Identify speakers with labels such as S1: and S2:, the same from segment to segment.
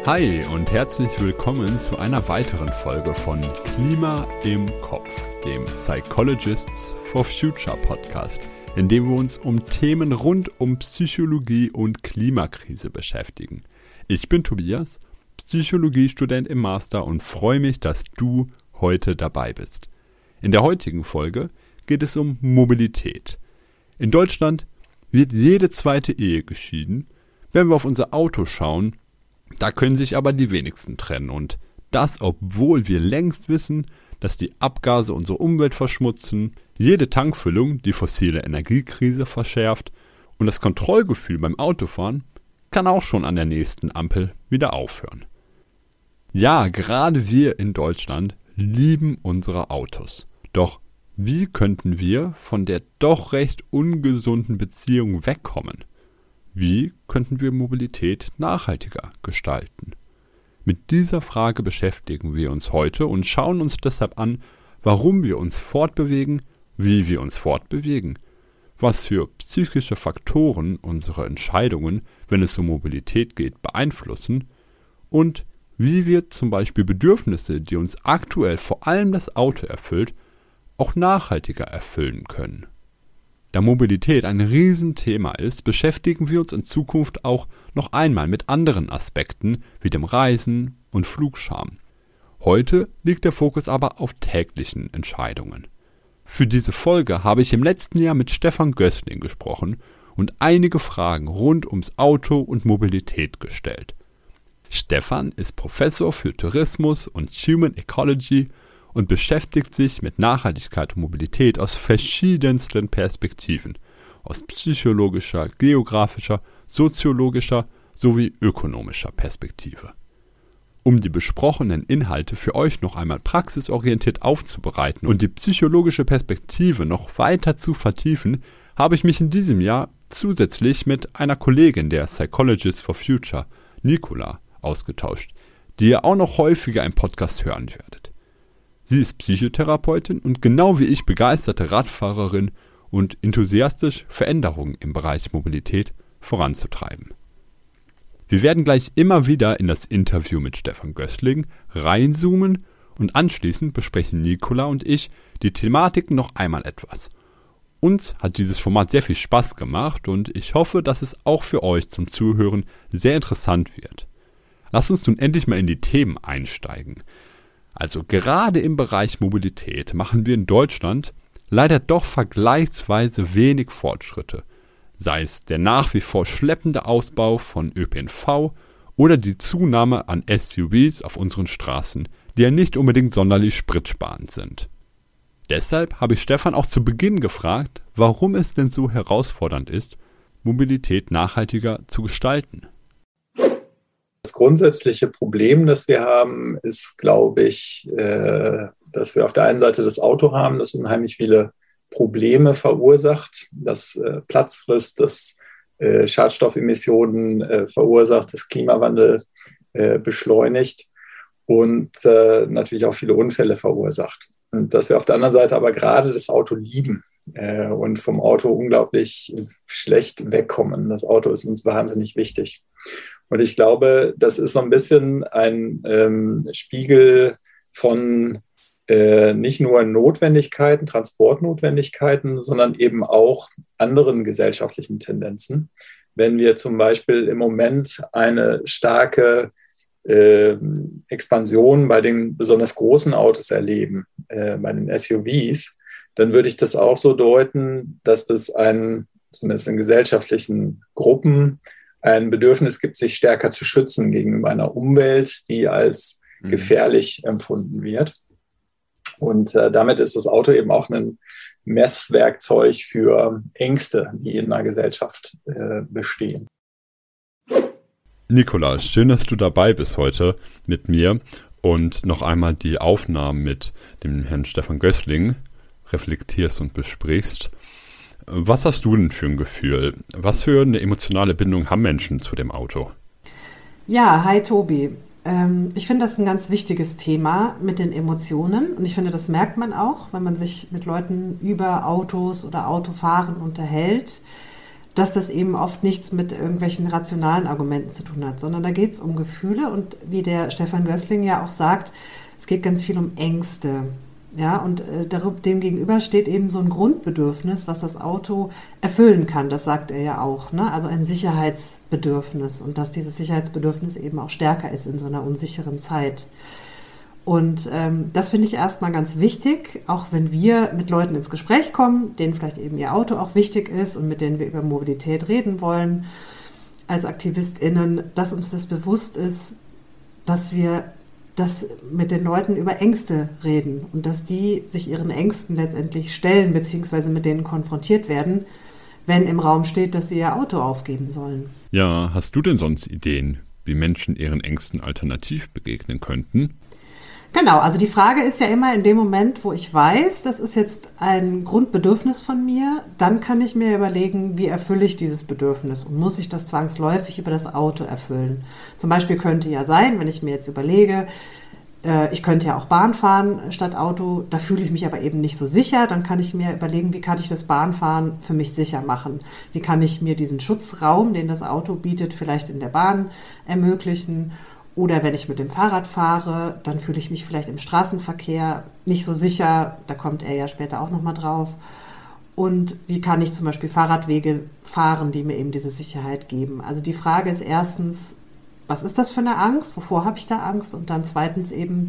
S1: Hi und herzlich willkommen zu einer weiteren Folge von Klima im Kopf, dem Psychologists for Future Podcast, in dem wir uns um Themen rund um Psychologie und Klimakrise beschäftigen. Ich bin Tobias, Psychologiestudent im Master und freue mich, dass du heute dabei bist. In der heutigen Folge geht es um Mobilität. In Deutschland wird jede zweite Ehe geschieden. Wenn wir auf unser Auto schauen, da können sich aber die wenigsten trennen, und das, obwohl wir längst wissen, dass die Abgase unsere Umwelt verschmutzen, jede Tankfüllung die fossile Energiekrise verschärft und das Kontrollgefühl beim Autofahren kann auch schon an der nächsten Ampel wieder aufhören. Ja, gerade wir in Deutschland lieben unsere Autos. Doch wie könnten wir von der doch recht ungesunden Beziehung wegkommen? Wie könnten wir Mobilität nachhaltiger gestalten? Mit dieser Frage beschäftigen wir uns heute und schauen uns deshalb an, warum wir uns fortbewegen, wie wir uns fortbewegen, was für psychische Faktoren unsere Entscheidungen, wenn es um Mobilität geht, beeinflussen und wie wir zum Beispiel Bedürfnisse, die uns aktuell vor allem das Auto erfüllt, auch nachhaltiger erfüllen können. Da Mobilität ein Riesenthema ist, beschäftigen wir uns in Zukunft auch noch einmal mit anderen Aspekten wie dem Reisen und Flugscham. Heute liegt der Fokus aber auf täglichen Entscheidungen. Für diese Folge habe ich im letzten Jahr mit Stefan Gößling gesprochen und einige Fragen rund ums Auto und Mobilität gestellt. Stefan ist Professor für Tourismus und Human Ecology und beschäftigt sich mit Nachhaltigkeit und Mobilität aus verschiedensten Perspektiven, aus psychologischer, geografischer, soziologischer sowie ökonomischer Perspektive. Um die besprochenen Inhalte für euch noch einmal praxisorientiert aufzubereiten und die psychologische Perspektive noch weiter zu vertiefen, habe ich mich in diesem Jahr zusätzlich mit einer Kollegin der Psychologists for Future, Nicola, ausgetauscht, die ihr auch noch häufiger im Podcast hören werdet. Sie ist Psychotherapeutin und genau wie ich begeisterte Radfahrerin und enthusiastisch Veränderungen im Bereich Mobilität voranzutreiben. Wir werden gleich immer wieder in das Interview mit Stefan Gößling reinzoomen und anschließend besprechen Nicola und ich die Thematiken noch einmal etwas. Uns hat dieses Format sehr viel Spaß gemacht und ich hoffe, dass es auch für euch zum Zuhören sehr interessant wird. Lasst uns nun endlich mal in die Themen einsteigen. Also gerade im Bereich Mobilität machen wir in Deutschland leider doch vergleichsweise wenig Fortschritte, sei es der nach wie vor schleppende Ausbau von ÖPNV oder die Zunahme an SUVs auf unseren Straßen, die ja nicht unbedingt sonderlich spritsparend sind. Deshalb habe ich Stefan auch zu Beginn gefragt, warum es denn so herausfordernd ist, Mobilität nachhaltiger zu gestalten.
S2: Das grundsätzliche Problem, das wir haben, ist, glaube ich, dass wir auf der einen Seite das Auto haben, das unheimlich viele Probleme verursacht, das Platz frisst, das Schadstoffemissionen verursacht, das Klimawandel beschleunigt und natürlich auch viele Unfälle verursacht. Und dass wir auf der anderen Seite aber gerade das Auto lieben und vom Auto unglaublich schlecht wegkommen. Das Auto ist uns wahnsinnig wichtig. Und ich glaube, das ist so ein bisschen ein Spiegel von nicht nur Notwendigkeiten, Transportnotwendigkeiten, sondern eben auch anderen gesellschaftlichen Tendenzen. Wenn wir zum Beispiel im Moment eine starke Expansion bei den besonders großen Autos erleben, bei den SUVs, dann würde ich das auch so deuten, dass das zumindest in gesellschaftlichen Gruppen ein Bedürfnis gibt, sich stärker zu schützen gegenüber einer Umwelt, die als gefährlich empfunden wird. Und damit ist das Auto eben auch ein Messwerkzeug für Ängste, die in einer Gesellschaft bestehen.
S1: Nicola, schön, dass du dabei bist heute mit mir und noch einmal die Aufnahmen mit dem Herrn Stefan Gößling reflektierst und besprichst. Was hast du denn für ein Gefühl? Was für eine emotionale Bindung haben Menschen zu dem Auto?
S3: Ja, hi Tobi. Ich finde das ein ganz wichtiges Thema mit den Emotionen und ich finde, das merkt man auch, wenn man sich mit Leuten über Autos oder Autofahren unterhält. dass das eben oft nichts mit irgendwelchen rationalen Argumenten zu tun hat, sondern da geht es um Gefühle und wie der Stefan Gößling ja auch sagt, es geht ganz viel um Ängste. Ja, und dem gegenüber steht eben so ein Grundbedürfnis, was das Auto erfüllen kann. Das sagt er ja auch, ne? Also ein Sicherheitsbedürfnis und dass dieses Sicherheitsbedürfnis eben auch stärker ist in so einer unsicheren Zeit. Und das finde ich erstmal ganz wichtig, auch wenn wir mit Leuten ins Gespräch kommen, denen vielleicht eben ihr Auto auch wichtig ist und mit denen wir über Mobilität reden wollen, als AktivistInnen, dass uns das bewusst ist, dass wir das mit den Leuten über Ängste reden und dass die sich ihren Ängsten letztendlich stellen bzw. mit denen konfrontiert werden, wenn im Raum steht, dass sie ihr Auto aufgeben sollen.
S1: Ja, hast du denn sonst Ideen, wie Menschen ihren Ängsten alternativ begegnen könnten?
S3: Genau, also die Frage ist ja immer in dem Moment, wo ich weiß, das ist jetzt ein Grundbedürfnis von mir, dann kann ich mir überlegen, wie erfülle ich dieses Bedürfnis und muss ich das zwangsläufig über das Auto erfüllen. Zum Beispiel könnte ja sein, wenn ich mir jetzt überlege, ich könnte ja auch Bahn fahren statt Auto, da fühle ich mich aber eben nicht so sicher, dann kann ich mir überlegen, wie kann ich das Bahnfahren für mich sicher machen? Wie kann ich mir diesen Schutzraum, den das Auto bietet, vielleicht in der Bahn ermöglichen? Oder wenn ich mit dem Fahrrad fahre, dann fühle ich mich vielleicht im Straßenverkehr nicht so sicher. Da kommt er ja später auch nochmal drauf. Und wie kann ich zum Beispiel Fahrradwege fahren, die mir eben diese Sicherheit geben? Also die Frage ist erstens, was ist das für eine Angst? Wovor habe ich da Angst? Und dann zweitens eben,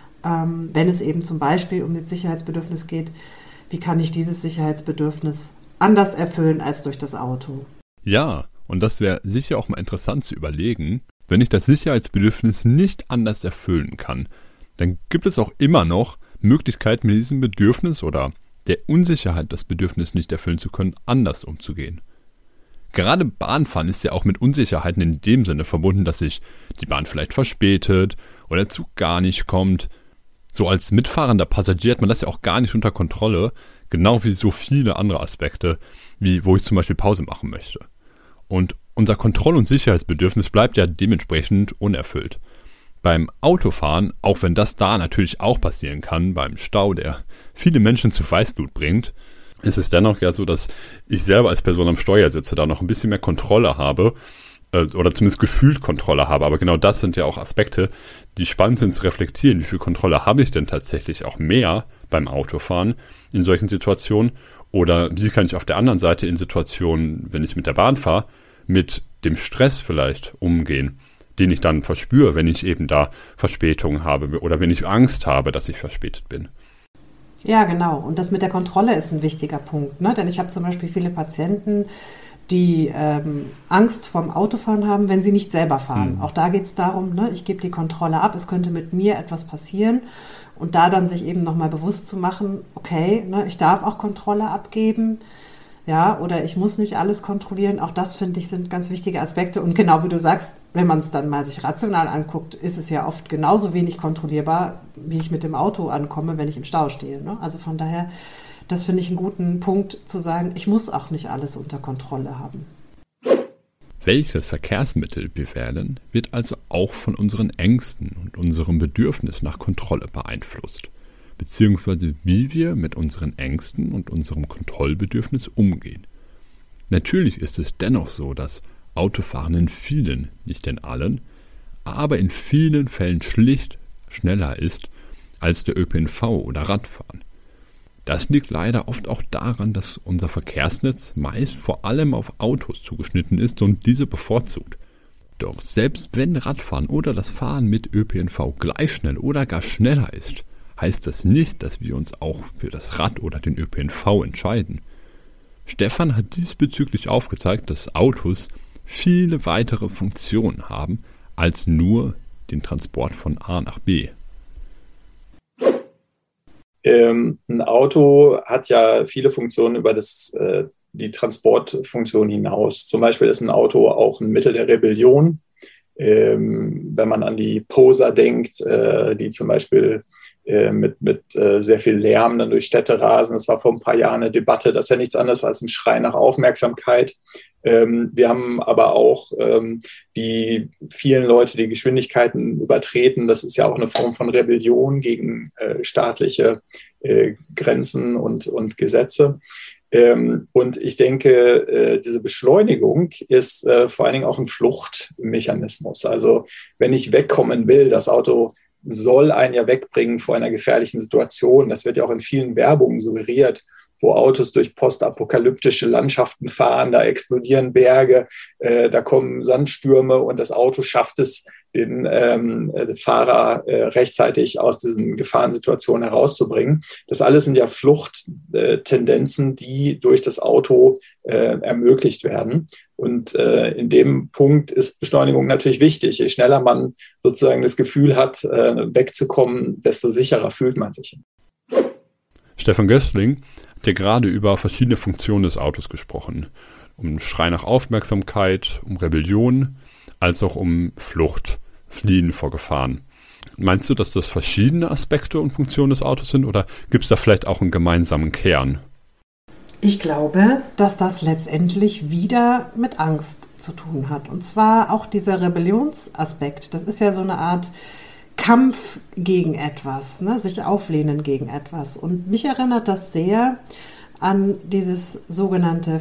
S3: wenn es eben zum Beispiel um das Sicherheitsbedürfnis geht, wie kann ich dieses Sicherheitsbedürfnis anders erfüllen als durch das Auto?
S1: Ja, und das wäre sicher auch mal interessant zu überlegen. Wenn ich das Sicherheitsbedürfnis nicht anders erfüllen kann, dann gibt es auch immer noch Möglichkeiten, mit diesem Bedürfnis oder der Unsicherheit, das Bedürfnis nicht erfüllen zu können, anders umzugehen. Gerade Bahnfahren ist ja auch mit Unsicherheiten in dem Sinne verbunden, dass sich die Bahn vielleicht verspätet oder der Zug gar nicht kommt. So als mitfahrender Passagier hat man das ja auch gar nicht unter Kontrolle, genau wie so viele andere Aspekte, wie wo ich zum Beispiel Pause machen möchte. Und unser Kontroll- und Sicherheitsbedürfnis bleibt ja dementsprechend unerfüllt. Beim Autofahren, auch wenn das da natürlich auch passieren kann, beim Stau, der viele Menschen zu Weißblut bringt, ist es dennoch ja so, dass ich selber als Person am Steuer sitze, da noch ein bisschen mehr Kontrolle habe, oder zumindest gefühlt Kontrolle habe. Aber genau das sind ja auch Aspekte, die spannend sind zu reflektieren. Wie viel Kontrolle habe ich denn tatsächlich auch mehr beim Autofahren in solchen Situationen? Oder wie kann ich auf der anderen Seite in Situationen, wenn ich mit der Bahn fahre, mit dem Stress vielleicht umgehen, den ich dann verspüre, wenn ich eben da Verspätungen habe oder wenn ich Angst habe, dass ich verspätet bin.
S3: Ja, genau. Und das mit der Kontrolle ist ein wichtiger Punkt, ne? Denn ich habe zum Beispiel viele Patienten, die Angst vorm Autofahren haben, wenn sie nicht selber fahren. Auch da geht es darum, ne? Ich gebe die Kontrolle ab, es könnte mit mir etwas passieren. Und da dann sich eben nochmal bewusst zu machen, okay, ne, ich darf auch Kontrolle abgeben. Ja, oder ich muss nicht alles kontrollieren. Auch das, finde ich, sind ganz wichtige Aspekte. Und genau wie du sagst, wenn man es dann mal sich rational anguckt, ist es ja oft genauso wenig kontrollierbar, wie ich mit dem Auto ankomme, wenn ich im Stau stehe. Ne? Also von daher, das finde ich einen guten Punkt zu sagen, ich muss auch nicht alles unter Kontrolle haben.
S1: Welches Verkehrsmittel wir wählen, wird also auch von unseren Ängsten und unserem Bedürfnis nach Kontrolle beeinflusst, beziehungsweise wie wir mit unseren Ängsten und unserem Kontrollbedürfnis umgehen. Natürlich ist es dennoch so, dass Autofahren in vielen, nicht in allen, aber in vielen Fällen schlicht schneller ist als der ÖPNV oder Radfahren. Das liegt leider oft auch daran, dass unser Verkehrsnetz meist vor allem auf Autos zugeschnitten ist und diese bevorzugt. Doch selbst wenn Radfahren oder das Fahren mit ÖPNV gleich schnell oder gar schneller ist, heißt das nicht, dass wir uns auch für das Rad oder den ÖPNV entscheiden. Stefan hat diesbezüglich aufgezeigt, dass Autos viele weitere Funktionen haben, als nur den Transport von A nach B.
S2: Ein Auto hat ja viele Funktionen über die Transportfunktion hinaus. Zum Beispiel ist ein Auto auch ein Mittel der Rebellion. Wenn man an die Poser denkt, die zum Beispiel mit sehr viel Lärm dann durch Städte rasen. Das war vor ein paar Jahren eine Debatte, das ist ja nichts anderes als ein Schrei nach Aufmerksamkeit. Wir haben aber auch die vielen Leute, die Geschwindigkeiten übertreten. Das ist ja auch eine Form von Rebellion gegen staatliche Grenzen und Gesetze. Und ich denke, diese Beschleunigung ist vor allen Dingen auch ein Fluchtmechanismus. Also wenn ich wegkommen will, das Auto soll einen ja wegbringen vor einer gefährlichen Situation. Das wird ja auch in vielen Werbungen suggeriert, wo Autos durch postapokalyptische Landschaften fahren, da explodieren Berge, da kommen Sandstürme und das Auto schafft es, den Fahrer rechtzeitig aus diesen Gefahrensituationen herauszubringen. Das alles sind ja Fluchttendenzen, die durch das Auto ermöglicht werden. Und in dem Punkt ist Beschleunigung natürlich wichtig. Je schneller man sozusagen das Gefühl hat, wegzukommen, desto sicherer fühlt man sich.
S1: Stefan Gößling hat ja gerade über verschiedene Funktionen des Autos gesprochen. Um Schrei nach Aufmerksamkeit, um Rebellion, als auch um Flucht, Fliehen vor Gefahren. Meinst du, dass das verschiedene Aspekte und Funktionen des Autos sind oder gibt es da vielleicht auch einen gemeinsamen Kern?
S3: Ich glaube, dass das letztendlich wieder mit Angst zu tun hat. Und zwar auch dieser Rebellionsaspekt. Das ist ja so eine Art Kampf gegen etwas, ne? Sich auflehnen gegen etwas. Und mich erinnert das sehr an dieses sogenannte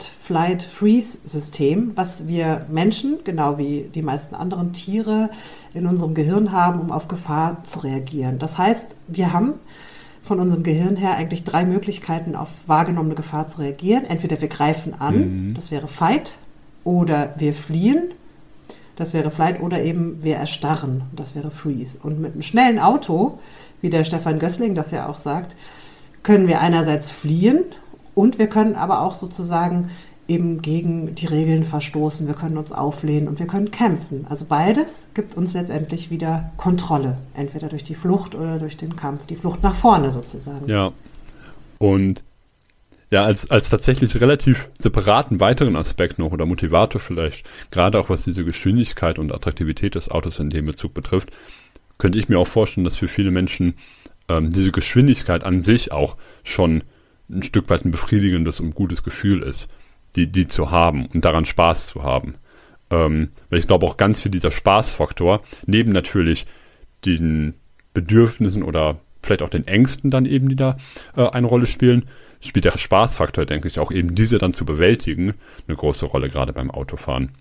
S3: Fight-Flight-Freeze-System, was wir Menschen, genau wie die meisten anderen Tiere, in unserem Gehirn haben, um auf Gefahr zu reagieren. Das heißt, wir haben von unserem Gehirn her eigentlich 3 Möglichkeiten, auf wahrgenommene Gefahr zu reagieren. Entweder wir greifen an, das wäre Fight, oder wir fliehen, das wäre Flight, oder eben wir erstarren, das wäre Freeze. Und mit einem schnellen Auto, wie der Stefan Gößling das ja auch sagt, können wir einerseits fliehen und wir können aber auch sozusagen eben gegen die Regeln verstoßen, wir können uns auflehnen und wir können kämpfen. Also beides gibt uns letztendlich wieder Kontrolle, entweder durch die Flucht oder durch den Kampf, die Flucht nach vorne sozusagen.
S1: Ja, und ja, als tatsächlich relativ separaten weiteren Aspekt noch oder Motivator vielleicht, gerade auch was diese Geschwindigkeit und Attraktivität des Autos in dem Bezug betrifft, könnte ich mir auch vorstellen, dass für viele Menschen diese Geschwindigkeit an sich auch schon ein Stück weit ein befriedigendes und gutes Gefühl ist, die zu haben und daran Spaß zu haben. Weil ich glaube auch ganz viel dieser Spaßfaktor, neben natürlich diesen Bedürfnissen oder vielleicht auch den Ängsten dann eben, die da eine Rolle spielen, spielt der Spaßfaktor, denke ich, auch eben diese dann zu bewältigen, eine große Rolle, gerade beim Autofahren.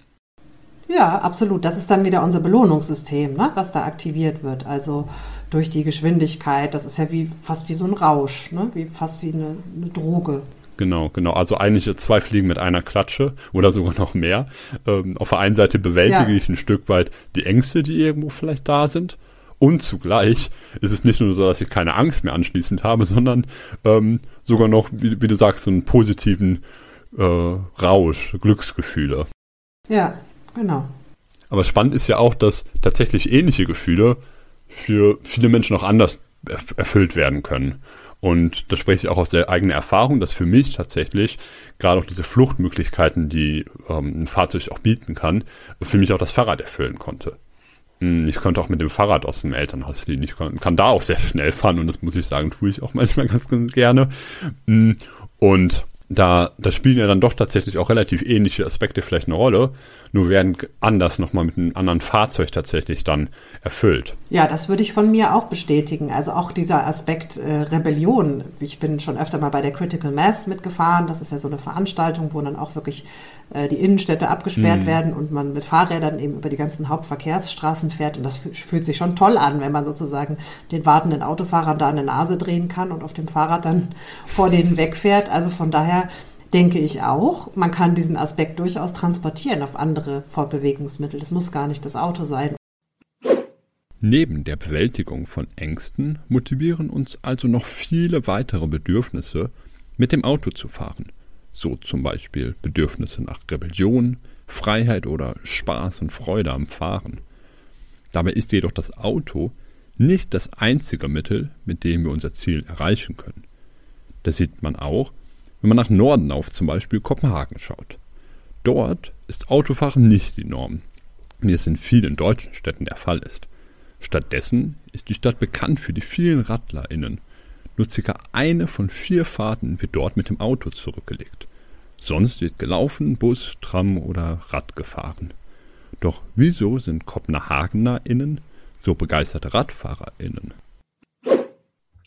S3: Ja, absolut. Das ist dann wieder unser Belohnungssystem, ne, was da aktiviert wird. Also durch die Geschwindigkeit, das ist ja fast wie so ein Rausch, ne, fast wie eine Droge.
S1: Genau. Also eigentlich 2 Fliegen mit einer Klatsche oder sogar noch mehr. Auf der einen Seite bewältige ich ein Stück weit die Ängste, die irgendwo vielleicht da sind. Und zugleich ist es nicht nur so, dass ich keine Angst mehr anschließend habe, sondern sogar noch, wie du sagst, so einen positiven Rausch, Glücksgefühle.
S3: Ja, genau.
S1: Aber spannend ist ja auch, dass tatsächlich ähnliche Gefühle für viele Menschen auch anders erfüllt werden können. Und da spreche ich auch aus der eigenen Erfahrung, dass für mich tatsächlich gerade auch diese Fluchtmöglichkeiten, die ein Fahrzeug auch bieten kann, für mich auch das Fahrrad erfüllen konnte. Ich konnte auch mit dem Fahrrad aus dem Elternhaus fliehen. Ich kann da auch sehr schnell fahren und das muss ich sagen, tue ich auch manchmal ganz gerne. Und da spielen ja dann doch tatsächlich auch relativ ähnliche Aspekte vielleicht eine Rolle, nur werden anders nochmal mit einem anderen Fahrzeug tatsächlich dann erfüllt.
S3: Ja, das würde ich von mir auch bestätigen. Also auch dieser Aspekt Rebellion. Ich bin schon öfter mal bei der Critical Mass mitgefahren. Das ist ja so eine Veranstaltung, wo dann auch wirklich die Innenstädte abgesperrt werden und man mit Fahrrädern eben über die ganzen Hauptverkehrsstraßen fährt. Und das fühlt sich schon toll an, wenn man sozusagen den wartenden Autofahrern da eine Nase drehen kann und auf dem Fahrrad dann vor denen wegfährt. Also von daher denke ich auch, man kann diesen Aspekt durchaus transportieren auf andere Fortbewegungsmittel. Das muss gar nicht das Auto sein.
S1: Neben der Bewältigung von Ängsten motivieren uns also noch viele weitere Bedürfnisse, mit dem Auto zu fahren. So zum Beispiel Bedürfnisse nach Rebellion, Freiheit oder Spaß und Freude am Fahren. Dabei ist jedoch das Auto nicht das einzige Mittel, mit dem wir unser Ziel erreichen können. Das sieht man auch, wenn man nach Norden auf zum Beispiel Kopenhagen schaut. Dort ist Autofahren nicht die Norm, wie es in vielen deutschen Städten der Fall ist. Stattdessen ist die Stadt bekannt für die vielen RadlerInnen. Nur ca. 1 von 4 Fahrten wird dort mit dem Auto zurückgelegt. Sonst wird gelaufen, Bus, Tram oder Rad gefahren. Doch wieso sind KopenhagenerInnen so begeisterte RadfahrerInnen?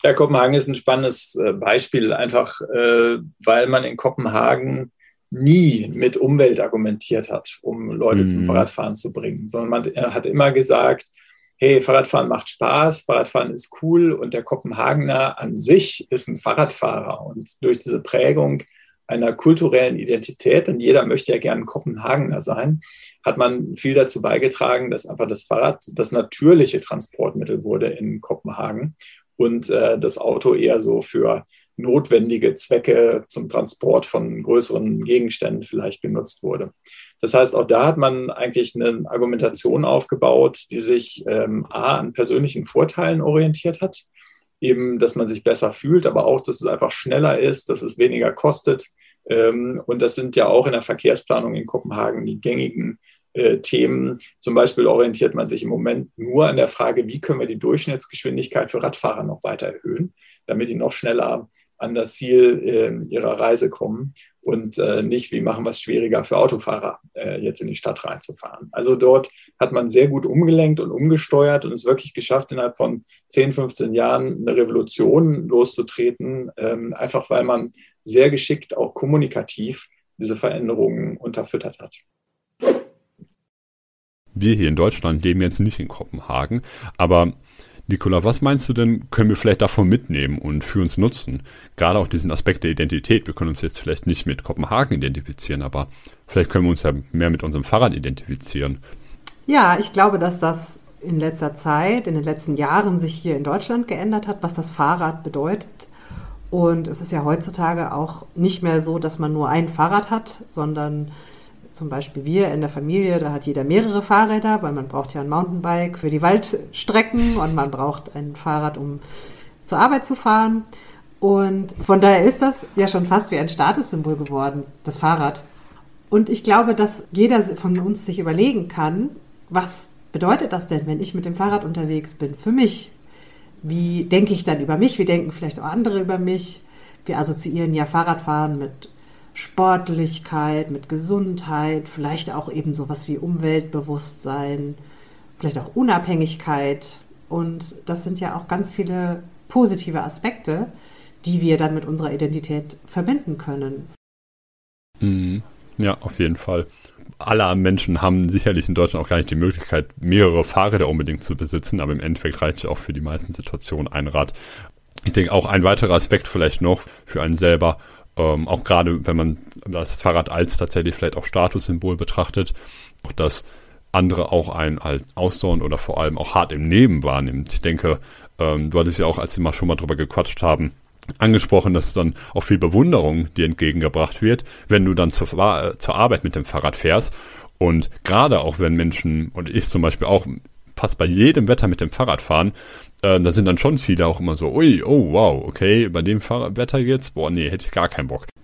S2: Ja, Kopenhagen ist ein spannendes Beispiel, einfach weil man in Kopenhagen nie mit Umwelt argumentiert hat, um Leute zum Fahrradfahren zu bringen, sondern man hat immer gesagt, hey, Fahrradfahren macht Spaß, Fahrradfahren ist cool und der Kopenhagener an sich ist ein Fahrradfahrer. Und durch diese Prägung einer kulturellen Identität, denn jeder möchte ja gerne Kopenhagener sein, hat man viel dazu beigetragen, dass einfach das Fahrrad das natürliche Transportmittel wurde in Kopenhagen und das Auto eher so für notwendige Zwecke zum Transport von größeren Gegenständen vielleicht genutzt wurde. Das heißt, auch da hat man eigentlich eine Argumentation aufgebaut, die sich an persönlichen Vorteilen orientiert hat, eben, dass man sich besser fühlt, aber auch, dass es einfach schneller ist, dass es weniger kostet. Und das sind ja auch in der Verkehrsplanung in Kopenhagen die gängigen Themen. Zum Beispiel orientiert man sich im Moment nur an der Frage, wie können wir die Durchschnittsgeschwindigkeit für Radfahrer noch weiter erhöhen, damit die noch schneller an das Ziel ihrer Reise kommen und nicht, wie machen wir es schwieriger für Autofahrer, jetzt in die Stadt reinzufahren. Also dort hat man sehr gut umgelenkt und umgesteuert und es wirklich geschafft, innerhalb von 10, 15 Jahren eine Revolution loszutreten, einfach weil man sehr geschickt auch kommunikativ diese Veränderungen unterfüttert hat.
S1: Wir hier in Deutschland leben jetzt nicht in Kopenhagen, aber Nicola, was meinst du denn, können wir vielleicht davon mitnehmen und für uns nutzen? Gerade auch diesen Aspekt der Identität. Wir können uns jetzt vielleicht nicht mit Kopenhagen identifizieren, aber vielleicht können wir uns ja mehr mit unserem Fahrrad identifizieren.
S3: Ja, ich glaube, dass das in letzter Zeit, in den letzten Jahren sich hier in Deutschland geändert hat, was das Fahrrad bedeutet. Und es ist ja heutzutage auch nicht mehr so, dass man nur ein Fahrrad hat, sondern zum Beispiel wir in der Familie, da hat jeder mehrere Fahrräder, weil man braucht ja ein Mountainbike für die Waldstrecken und man braucht ein Fahrrad, um zur Arbeit zu fahren. Und von daher ist das ja schon fast wie ein Statussymbol geworden, das Fahrrad. Und ich glaube, dass jeder von uns sich überlegen kann, was bedeutet das denn, wenn ich mit dem Fahrrad unterwegs bin, für mich? Wie denke ich dann über mich? Wie denken vielleicht auch andere über mich? Wir assoziieren ja Fahrradfahren mit Sportlichkeit, mit Gesundheit, vielleicht auch eben sowas wie Umweltbewusstsein, vielleicht auch Unabhängigkeit. Und das sind ja auch ganz viele positive Aspekte, die wir dann mit unserer Identität verbinden können.
S1: Ja, auf jeden Fall. Alle Menschen haben sicherlich in Deutschland auch gar nicht die Möglichkeit, mehrere Fahrräder unbedingt zu besitzen, aber im Endeffekt reicht ja auch für die meisten Situationen ein Rad. Ich denke auch ein weiterer Aspekt vielleicht noch für einen selber, auch gerade wenn man das Fahrrad als tatsächlich vielleicht auch Statussymbol betrachtet, dass andere auch einen als ausdauernd oder vor allem auch hart im Leben wahrnimmt. Ich denke, du hattest ja auch, als wir schon mal drüber gequatscht haben, angesprochen, dass dann auch viel Bewunderung dir entgegengebracht wird, wenn du dann zur Arbeit mit dem Fahrrad fährst. Und gerade auch wenn Menschen, und ich zum Beispiel auch, fast bei jedem Wetter mit dem Fahrrad fahren, da sind dann schon viele auch immer so, ui, oh wow, okay, bei dem Wetter jetzt, boah, nee, hätte ich gar keinen Bock.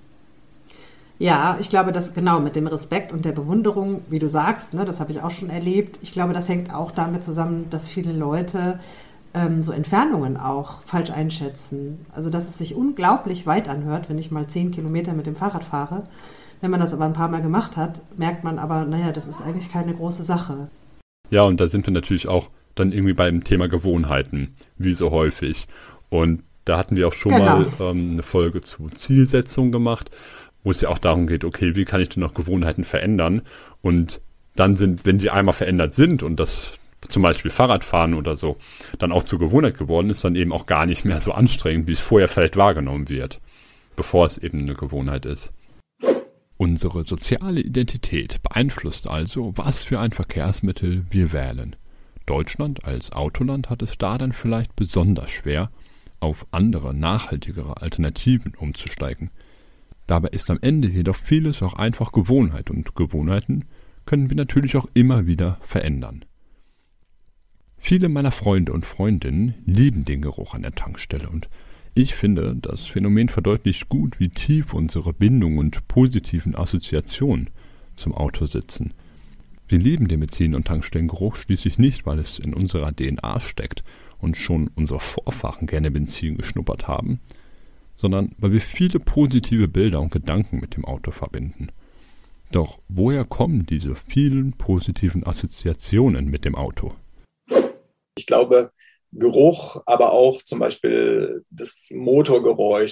S3: Ja, ich glaube, dass genau mit dem Respekt und der Bewunderung, wie du sagst, ne, das habe ich auch schon erlebt, ich glaube, das hängt auch damit zusammen, dass viele Leute so Entfernungen auch falsch einschätzen. Also, dass es sich unglaublich weit anhört, wenn ich mal 10 Kilometer mit dem Fahrrad fahre. Wenn man das aber ein paar Mal gemacht hat, merkt man aber, naja, das ist eigentlich keine große Sache.
S1: Ja, und da sind wir natürlich auch dann irgendwie beim Thema Gewohnheiten, wie so häufig. Und da hatten wir auch schon mal eine Folge zu Zielsetzung gemacht, wo es ja auch darum geht, okay, wie kann ich denn noch Gewohnheiten verändern? Und dann wenn sie einmal verändert sind und das zum Beispiel Fahrradfahren oder so dann auch zur Gewohnheit geworden ist, dann eben auch gar nicht mehr so anstrengend, wie es vorher vielleicht wahrgenommen wird, bevor es eben eine Gewohnheit ist. Unsere soziale Identität beeinflusst also, was für ein Verkehrsmittel wir wählen. Deutschland als Autoland hat es da dann vielleicht besonders schwer, auf andere, nachhaltigere Alternativen umzusteigen. Dabei ist am Ende jedoch vieles auch einfach Gewohnheit und Gewohnheiten können wir natürlich auch immer wieder verändern. Viele meiner Freunde und Freundinnen lieben den Geruch an der Tankstelle und ich finde, das Phänomen verdeutlicht gut, wie tief unsere Bindung und positiven Assoziationen zum Auto sitzen. Wir lieben den Benzin- und Tankstellengeruch schließlich nicht, weil es in unserer DNA steckt und schon unsere Vorfahren gerne Benzin geschnuppert haben, sondern weil wir viele positive Bilder und Gedanken mit dem Auto verbinden. Doch woher kommen diese vielen positiven Assoziationen mit dem Auto?
S2: Ich glaube, Geruch, aber auch zum Beispiel das Motorgeräusch,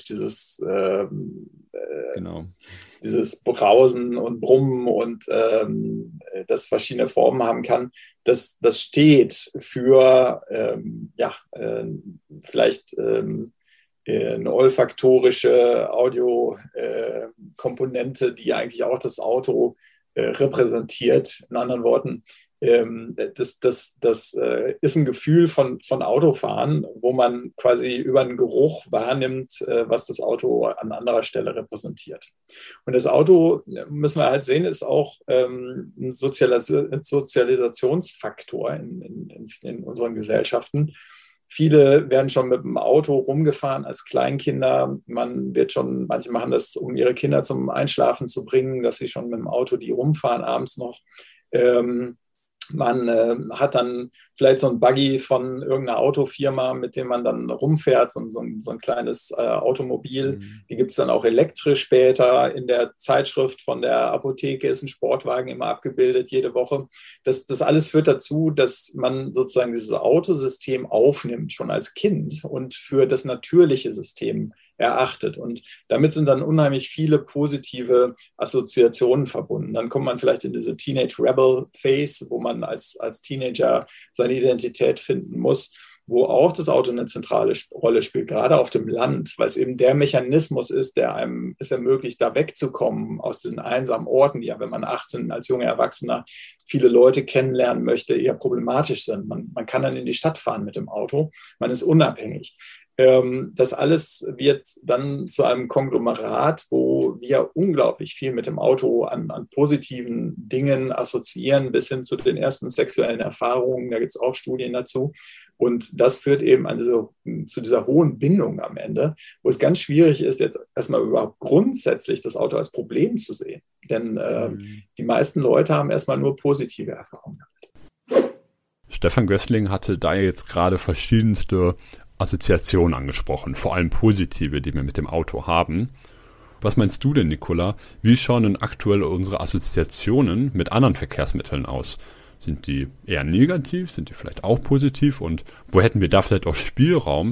S2: dieses Brausen und Brummen und das verschiedene Formen haben kann, das steht für vielleicht eine olfaktorische Audiokomponente, die eigentlich auch das Auto repräsentiert. In anderen Worten, das ist ein Gefühl von Autofahren, wo man quasi über einen Geruch wahrnimmt, was das Auto an anderer Stelle repräsentiert. Und das Auto, müssen wir halt sehen, ist auch ein Sozialisationsfaktor in unseren Gesellschaften. Viele werden schon mit dem Auto rumgefahren als Kleinkinder. Manche machen das, um ihre Kinder zum Einschlafen zu bringen, dass sie schon mit dem Auto die rumfahren abends noch. Man hat dann vielleicht so ein Buggy von irgendeiner Autofirma, mit dem man dann rumfährt, so ein kleines Automobil. Die gibt es dann auch elektrisch später. In der Zeitschrift von der Apotheke ist ein Sportwagen immer abgebildet, jede Woche. Das alles führt dazu, dass man sozusagen dieses Autosystem aufnimmt, schon als Kind, und für das natürliche System erachtet. Und damit sind dann unheimlich viele positive Assoziationen verbunden. Dann kommt man vielleicht in diese Teenage Rebel Phase, wo man als Teenager seine Identität finden muss, wo auch das Auto eine zentrale Rolle spielt, gerade auf dem Land, weil es eben der Mechanismus ist, der einem es ermöglicht, da wegzukommen aus den einsamen Orten, die ja, wenn man 18 als junger Erwachsener viele Leute kennenlernen möchte, eher problematisch sind. Man kann dann in die Stadt fahren mit dem Auto, man ist unabhängig. Das alles wird dann zu einem Konglomerat, wo wir unglaublich viel mit dem Auto an positiven Dingen assoziieren, bis hin zu den ersten sexuellen Erfahrungen. Da gibt es auch Studien dazu. Und das führt eben zu dieser hohen Bindung am Ende, wo es ganz schwierig ist, jetzt erstmal überhaupt grundsätzlich das Auto als Problem zu sehen. Denn die meisten Leute haben erstmal nur positive Erfahrungen damit.
S1: Stefan Gößling hatte da jetzt gerade verschiedenste Assoziationen angesprochen, vor allem positive, die wir mit dem Auto haben. Was meinst du denn, Nicola? Wie schauen denn aktuell unsere Assoziationen mit anderen Verkehrsmitteln aus? Sind die eher negativ? Sind die vielleicht auch positiv? Und wo hätten wir da vielleicht auch Spielraum,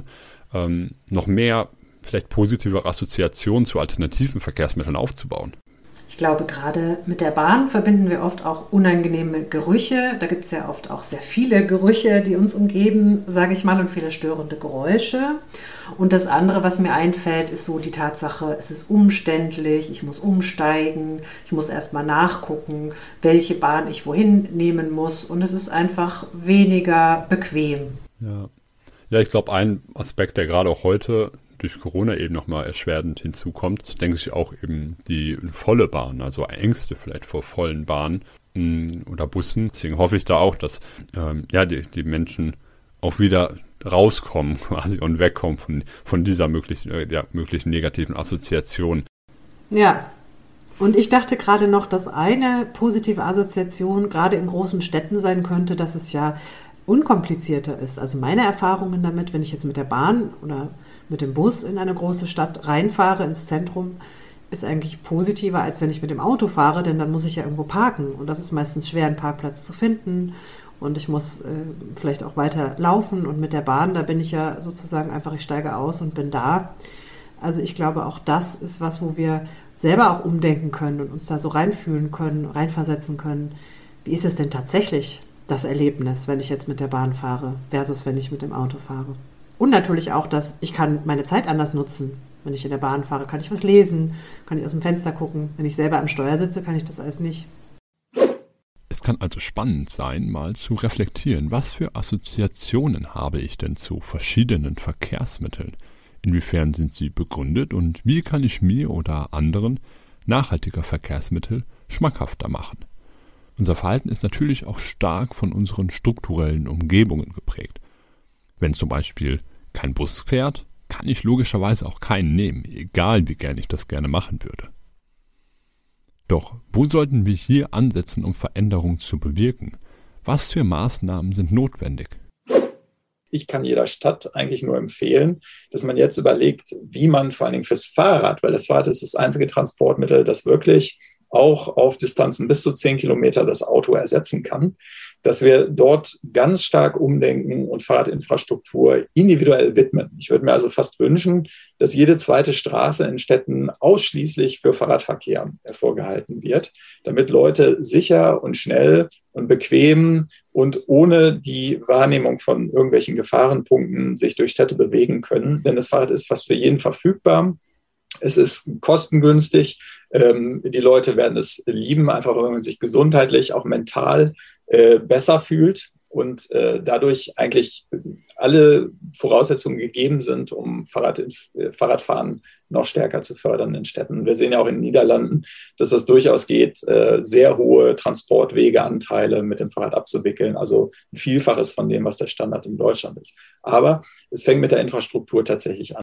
S1: noch mehr vielleicht positive Assoziationen zu alternativen Verkehrsmitteln aufzubauen?
S3: Ich glaube, gerade mit der Bahn verbinden wir oft auch unangenehme Gerüche. Da gibt es ja oft auch sehr viele Gerüche, die uns umgeben, sage ich mal, und viele störende Geräusche. Und das andere, was mir einfällt, ist so die Tatsache, es ist umständlich, ich muss umsteigen, ich muss erstmal nachgucken, welche Bahn ich wohin nehmen muss. Und es ist einfach weniger bequem.
S1: Ja, ich glaube, ein Aspekt, der gerade auch heute durch Corona eben nochmal erschwerend hinzukommt, denke ich auch eben die volle Bahn, also Ängste vielleicht vor vollen Bahnen oder Bussen. Deswegen hoffe ich da auch, dass die Menschen auch wieder rauskommen quasi und wegkommen von dieser möglichen negativen Assoziation.
S3: Ja, und ich dachte gerade noch, dass eine positive Assoziation gerade in großen Städten sein könnte, dass es ja unkomplizierter ist. Also meine Erfahrungen damit, wenn ich jetzt mit der Bahn oder mit dem Bus in eine große Stadt reinfahre, ins Zentrum, ist eigentlich positiver, als wenn ich mit dem Auto fahre, denn dann muss ich ja irgendwo parken und das ist meistens schwer, einen Parkplatz zu finden und ich muss vielleicht auch weiter laufen und mit der Bahn, da bin ich ja sozusagen einfach, ich steige aus und bin da. Also ich glaube, auch das ist was, wo wir selber auch umdenken können und uns da so reinfühlen können, reinversetzen können. Wie ist es denn tatsächlich, das Erlebnis, wenn ich jetzt mit der Bahn fahre, versus wenn ich mit dem Auto fahre? Und natürlich auch, dass ich kann meine Zeit anders nutzen. Wenn ich in der Bahn fahre, kann ich was lesen, kann ich aus dem Fenster gucken. Wenn ich selber am Steuer sitze, kann ich das alles nicht.
S1: Es kann also spannend sein, mal zu reflektieren, was für Assoziationen habe ich denn zu verschiedenen Verkehrsmitteln? Inwiefern sind sie begründet und wie kann ich mir oder anderen nachhaltiger Verkehrsmittel schmackhafter machen? Unser Verhalten ist natürlich auch stark von unseren strukturellen Umgebungen geprägt. Wenn zum Beispiel kein Bus fährt, kann ich logischerweise auch keinen nehmen, egal wie gern ich das gerne machen würde. Doch wo sollten wir hier ansetzen, um Veränderungen zu bewirken? Was für Maßnahmen sind notwendig?
S2: Ich kann jeder Stadt eigentlich nur empfehlen, dass man jetzt überlegt, wie man vor allen Dingen fürs Fahrrad, weil das Fahrrad ist das einzige Transportmittel, das wirklich auch auf Distanzen bis zu 10 Kilometer das Auto ersetzen kann, dass wir dort ganz stark umdenken und Fahrradinfrastruktur individuell widmen. Ich würde mir also fast wünschen, dass jede zweite Straße in Städten ausschließlich für Fahrradverkehr vorgehalten wird, damit Leute sicher und schnell und bequem und ohne die Wahrnehmung von irgendwelchen Gefahrenpunkten sich durch Städte bewegen können. Denn das Fahrrad ist fast für jeden verfügbar. Es ist kostengünstig. Die Leute werden es lieben, einfach weil man sich gesundheitlich, auch mental besser fühlt und dadurch eigentlich alle Voraussetzungen gegeben sind, um Fahrradfahren noch stärker zu fördern in Städten. Wir sehen ja auch in den Niederlanden, dass das durchaus geht, sehr hohe Transportwegeanteile mit dem Fahrrad abzuwickeln, also ein Vielfaches von dem, was der Standard in Deutschland ist. Aber es fängt mit der Infrastruktur tatsächlich an.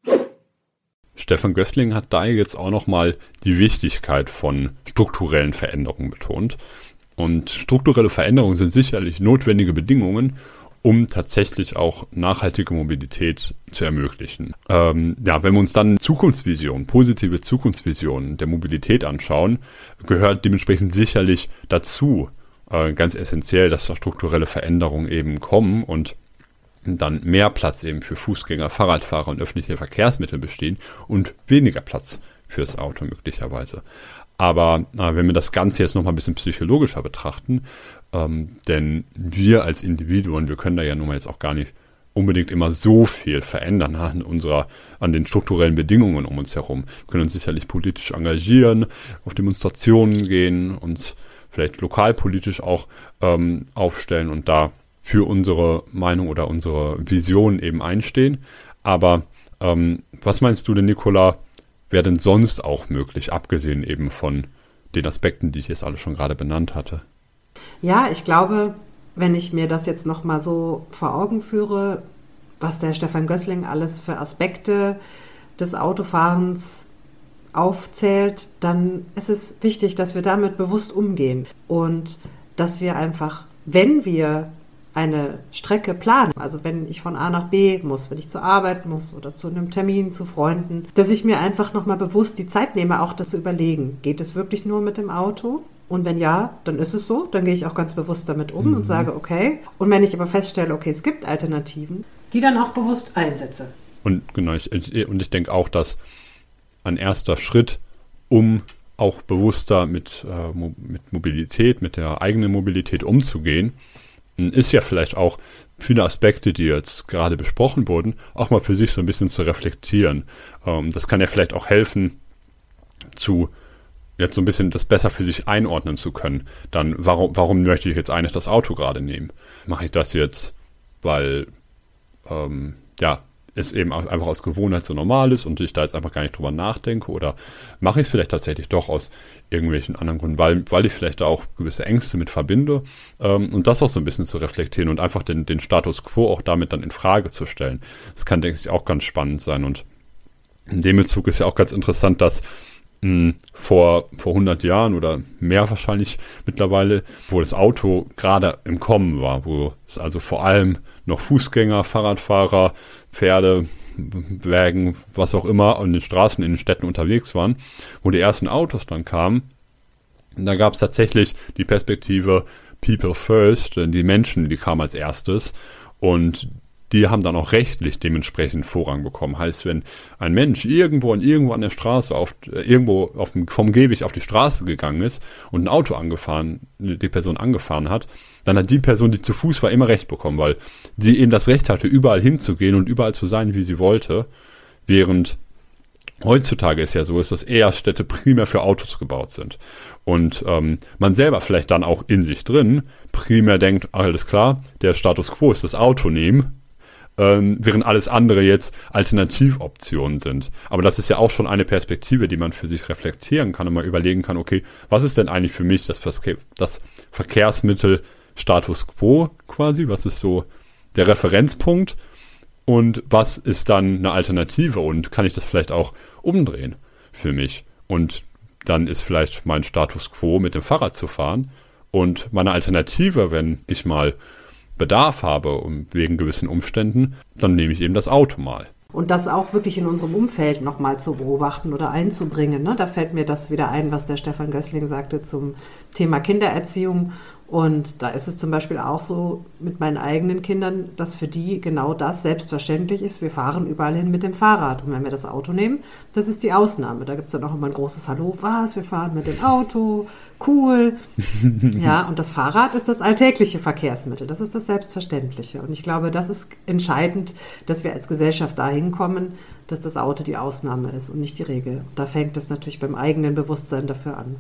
S1: Stefan Gößling hat da jetzt auch nochmal die Wichtigkeit von strukturellen Veränderungen betont. Und strukturelle Veränderungen sind sicherlich notwendige Bedingungen, um tatsächlich auch nachhaltige Mobilität zu ermöglichen. Wenn wir uns dann positive Zukunftsvisionen der Mobilität anschauen, gehört dementsprechend sicherlich dazu, ganz essentiell, dass da strukturelle Veränderungen eben kommen und dann mehr Platz eben für Fußgänger, Fahrradfahrer und öffentliche Verkehrsmittel bestehen und weniger Platz fürs Auto möglicherweise. Aber wenn wir das Ganze jetzt noch mal ein bisschen psychologischer betrachten, denn wir als Individuen, wir können da ja nun mal jetzt auch gar nicht unbedingt immer so viel verändern an den strukturellen Bedingungen um uns herum. Wir können uns sicherlich politisch engagieren, auf Demonstrationen gehen, uns vielleicht lokalpolitisch auch aufstellen und da für unsere Meinung oder unsere Vision eben einstehen. Aber was meinst du denn, Nicola, wäre denn sonst auch möglich, abgesehen eben von den Aspekten, die ich jetzt alle schon gerade benannt hatte?
S3: Ja, ich glaube, wenn ich mir das jetzt nochmal so vor Augen führe, was der Stefan Gößling alles für Aspekte des Autofahrens aufzählt, dann ist es wichtig, dass wir damit bewusst umgehen und dass wir einfach, wenn wir eine Strecke planen, also wenn ich von A nach B muss, wenn ich zur Arbeit muss oder zu einem Termin, zu Freunden, dass ich mir einfach nochmal bewusst die Zeit nehme, auch das zu überlegen. Geht es wirklich nur mit dem Auto? Und wenn ja, dann ist es so, dann gehe ich auch ganz bewusst damit um und sage, okay. Und wenn ich aber feststelle, okay, es gibt Alternativen, die dann auch bewusst einsetze.
S1: Und genau, ich denke auch, dass ein erster Schritt, um auch bewusster mit Mobilität, mit der eigenen Mobilität umzugehen, ist ja vielleicht auch viele Aspekte, die jetzt gerade besprochen wurden, auch mal für sich so ein bisschen zu reflektieren. Das kann ja vielleicht auch helfen, jetzt so ein bisschen das besser für sich einordnen zu können. Dann, warum möchte ich jetzt eigentlich das Auto gerade nehmen? Mache ich das jetzt, weil es eben einfach aus Gewohnheit so normal ist und ich da jetzt einfach gar nicht drüber nachdenke, oder mache ich es vielleicht tatsächlich doch aus irgendwelchen anderen Gründen, weil ich vielleicht da auch gewisse Ängste mit verbinde, und das auch so ein bisschen zu reflektieren und einfach den Status quo auch damit dann in Frage zu stellen. Das kann, denke ich, auch ganz spannend sein, und in dem Bezug ist ja auch ganz interessant, dass vor 100 Jahren oder mehr wahrscheinlich mittlerweile, wo das Auto gerade im Kommen war, wo es also vor allem noch Fußgänger, Fahrradfahrer, Pferde, Wägen, was auch immer an den Straßen in den Städten unterwegs waren, wo die ersten Autos dann kamen, da gab es tatsächlich die Perspektive People First, die Menschen, die kamen als erstes, und die haben dann auch rechtlich dementsprechend Vorrang bekommen. Heißt, wenn ein Mensch irgendwo an der Straße, vom Gehweg auf die Straße gegangen ist und ein Auto die Person angefahren hat, dann hat die Person, die zu Fuß war, immer Recht bekommen, weil sie eben das Recht hatte, überall hinzugehen und überall zu sein, wie sie wollte. Während heutzutage es ja so ist, dass eher Städte primär für Autos gebaut sind. Und man selber vielleicht dann auch in sich drin primär denkt, alles klar, der Status quo ist das Auto nehmen, während alles andere jetzt Alternativoptionen sind. Aber das ist ja auch schon eine Perspektive, die man für sich reflektieren kann und mal überlegen kann, okay, was ist denn eigentlich für mich das Verkehrsmittel Status quo quasi? Was ist so der Referenzpunkt? Und was ist dann eine Alternative? Und kann ich das vielleicht auch umdrehen für mich? Und dann ist vielleicht mein Status quo, mit dem Fahrrad zu fahren. Und meine Alternative, wenn ich mal Bedarf habe wegen gewissen Umständen, dann nehme ich eben das Auto mal.
S3: Und das auch wirklich in unserem Umfeld nochmal zu beobachten oder einzubringen. Ne? Da fällt mir das wieder ein, was der Stefan Gößling sagte zum Thema Kindererziehung. Und da ist es zum Beispiel auch so mit meinen eigenen Kindern, dass für die genau das selbstverständlich ist. Wir fahren überall hin mit dem Fahrrad. Und wenn wir das Auto nehmen, das ist die Ausnahme. Da gibt es dann auch immer ein großes Hallo, was, wir fahren mit dem Auto, cool. Ja, und das Fahrrad ist das alltägliche Verkehrsmittel. Das ist das Selbstverständliche. Und ich glaube, das ist entscheidend, dass wir als Gesellschaft dahin kommen, dass das Auto die Ausnahme ist und nicht die Regel. Da fängt es natürlich beim eigenen Bewusstsein dafür an.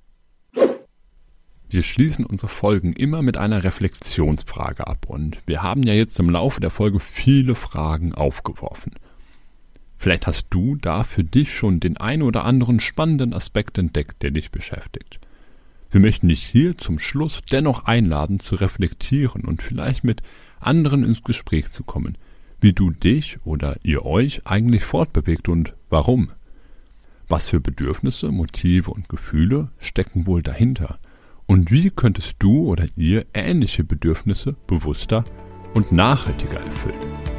S1: Wir schließen unsere Folgen immer mit einer Reflexionsfrage ab und wir haben ja jetzt im Laufe der Folge viele Fragen aufgeworfen. Vielleicht hast du da für dich schon den einen oder anderen spannenden Aspekt entdeckt, der dich beschäftigt. Wir möchten dich hier zum Schluss dennoch einladen, zu reflektieren und vielleicht mit anderen ins Gespräch zu kommen, wie du dich oder ihr euch eigentlich fortbewegt und warum. Was für Bedürfnisse, Motive und Gefühle stecken wohl dahinter? Und wie könntest du oder ihr ähnliche Bedürfnisse bewusster und nachhaltiger erfüllen?